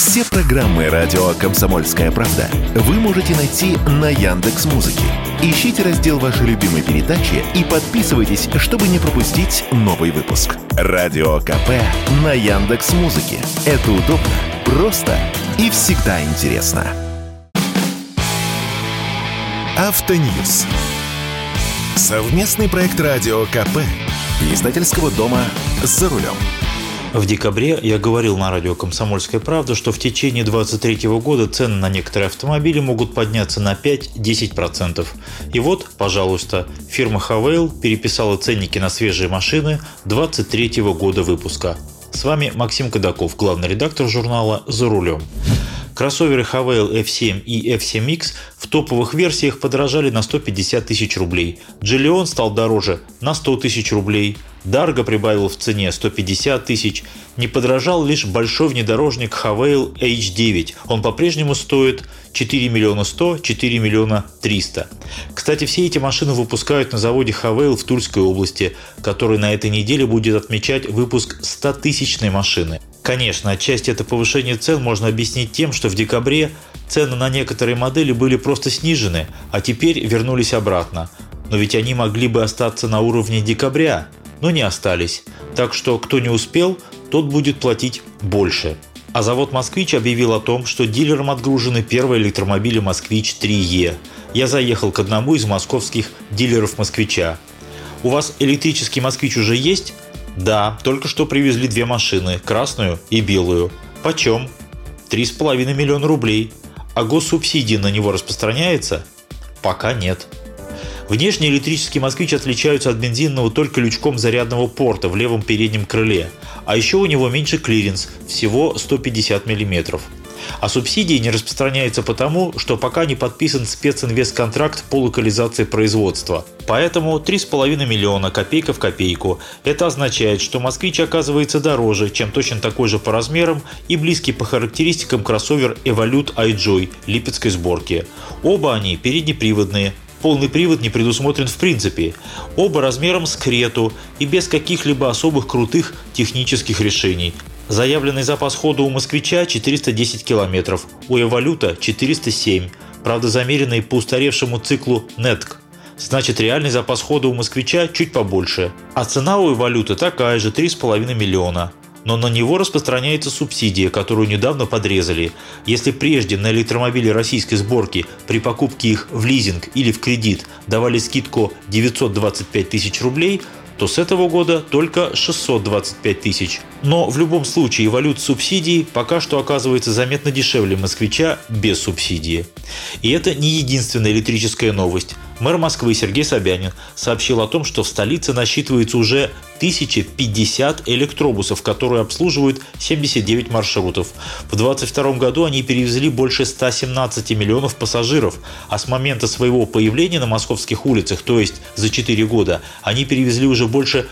Все программы радио «Комсомольская правда» вы можете найти на Яндекс.Музыке. Ищите раздел вашей любимой передачи и подписывайтесь, чтобы не пропустить новый выпуск. Радио КП на Яндекс.Музыке. Это удобно, просто и всегда интересно. Автоньюз. Совместный проект радио КП и издательского дома «За рулем». В декабре я говорил на радио «Комсомольская правда», что в течение 2023 года цены на некоторые автомобили могут подняться на 5-10%. И вот, пожалуйста, фирма Хавейл переписала ценники на свежие машины 2023 года выпуска. С вами Максим Кадаков, главный редактор журнала «За рулем». Кроссоверы Havail F7 и F7X в топовых версиях подорожали на 150 тысяч рублей. Джиллион стал дороже на 100 тысяч рублей. Дарго прибавил в цене 150 тысяч. Не подорожал лишь большой внедорожник Havail H9. Он по-прежнему стоит 4 миллиона 100, 4 миллиона 300. Кстати, все эти машины выпускают на заводе Havail в Тульской области, который на этой неделе будет отмечать выпуск 100-тысячной машины. Конечно, отчасти это повышение цен можно объяснить тем, что в декабре цены на некоторые модели были просто снижены, а теперь вернулись обратно. Но ведь они могли бы остаться на уровне декабря, но не остались. Так что кто не успел, тот будет платить больше. А завод «Москвич» объявил о том, что дилерам отгружены первые электромобили «Москвич 3Е». Я заехал к одному из московских дилеров «Москвича». У вас электрический «Москвич» уже есть? Да, только что привезли две машины, красную и белую. Почем? 3,5 миллиона рублей. А госсубсидии на него распространяется? Пока нет. Внешне электрический «Москвич» отличаются от бензинового только лючком зарядного порта в левом переднем крыле. А еще у него меньше клиренс, всего 150 мм. А субсидии не распространяются потому, что пока не подписан специнвестконтракт по локализации производства. Поэтому 3,5 миллиона копейка в копейку. Это означает, что «Москвич» оказывается дороже, чем точно такой же по размерам и близкий по характеристикам кроссовер Evolute iJoy липецкой сборки. Оба они переднеприводные. Полный привод не предусмотрен в принципе. Оба размером с Крету и без каких-либо особых крутых технических решений. Заявленный запас хода у «Москвича» 410 км, у «Эволюта» 407, правда замеренный по устаревшему циклу NETC. Значит, реальный запас хода у «Москвича» чуть побольше. А цена у «Эволюта» такая же, 3,5 миллиона. Но на него распространяется субсидия, которую недавно подрезали. Если прежде на электромобили российской сборки при покупке их в лизинг или в кредит давали скидку 925 тысяч рублей, то с этого года только 625 тысяч. Но в любом случае «Эволют» с субсидией пока что оказывается заметно дешевле «Москвича» без субсидии. И это не единственная электрическая новость. Мэр Москвы Сергей Собянин сообщил о том, что в столице насчитывается уже 1050 электробусов, которые обслуживают 79 маршрутов. В 2022 году они перевезли больше 117 миллионов пассажиров, а с момента своего появления на московских улицах, то есть за 4 года, они перевезли уже больше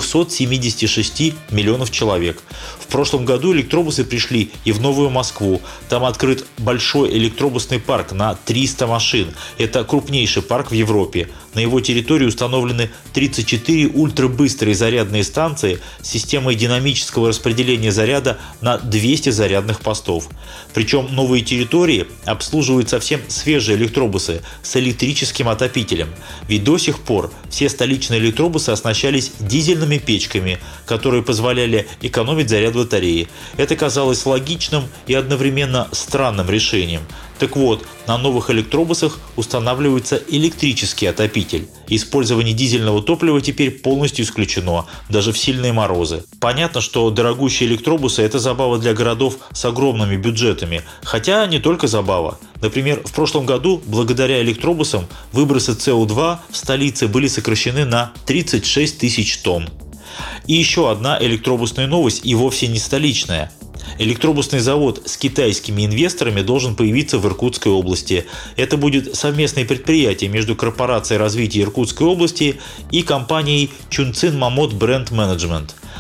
276 миллионов человек. В прошлом году электробусы пришли и в Новую Москву. Там открыт большой электробусный парк на 300 машин. Это крупнейший парк в Европе. На его территории установлены 34 ультрабыстрые зарядные станции с системой динамического распределения заряда на 200 зарядных постов. Причем новые территории обслуживают совсем свежие электробусы с электрическим отопителем. Ведь до сих пор все столичные электробусы оснащались дизельными печками, которые позволяли экономить заряд батареи. Это казалось логичным и одновременно странным решением. Так вот, на новых электробусах устанавливается электрический отопитель. Использование дизельного топлива теперь полностью исключено, даже в сильные морозы. Понятно, что дорогущие электробусы – это забава для городов с огромными бюджетами. Хотя не только забава. Например, в прошлом году, благодаря электробусам, выбросы СО2 в столице были сокращены на 36 тысяч тонн. И еще одна электробусная новость, и вовсе не столичная. Электробусный завод с китайскими инвесторами должен появиться в Иркутской области. Это будет совместное предприятие между Корпорацией развития Иркутской области и компанией Чунцин Мамот Бренд Менеджмент.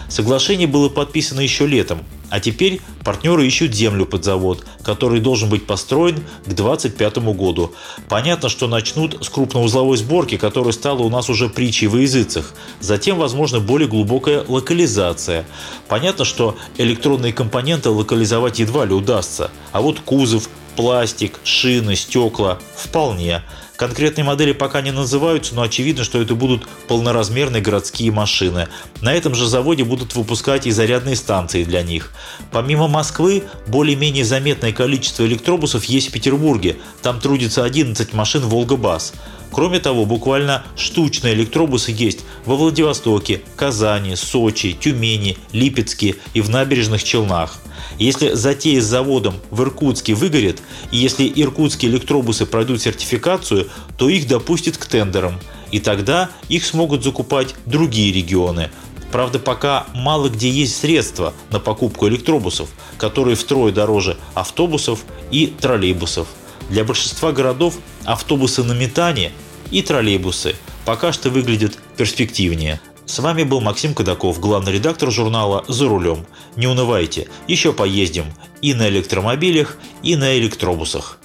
Соглашение было подписано еще летом, а теперь партнеры ищут землю под завод, который должен быть построен к 2025 году. Понятно, что начнут с крупноузловой сборки, которая стала у нас уже притчей во языцах. Затем, возможно, более глубокая локализация. Понятно, что электронные компоненты локализовать едва ли удастся, а вот кузов, пластик, шины, стекла – вполне. Конкретные модели пока не называются, но очевидно, что это будут полноразмерные городские машины. На этом же заводе будут выпускать и зарядные станции для них. Помимо Москвы, более-менее заметное количество электробусов есть в Петербурге. Там трудится 11 машин «Волга-Бас». Кроме того, буквально штучные электробусы есть во Владивостоке, Казани, Сочи, Тюмени, Липецке и в Набережных Челнах. Если затея с заводом в Иркутске выгорит, и если иркутские электробусы пройдут сертификацию, то их допустят к тендерам, и тогда их смогут закупать другие регионы. Правда, пока мало где есть средства на покупку электробусов, которые втрое дороже автобусов и троллейбусов. Для большинства городов автобусы на метане и троллейбусы пока что выглядят перспективнее. С вами был Максим Кадаков, главный редактор журнала «За рулем». Не унывайте, еще поездим и на электромобилях, и на электробусах.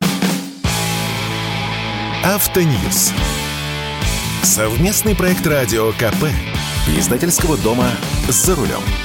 Автоньюз. Совместный проект радио КП. Издательского дома «За рулем».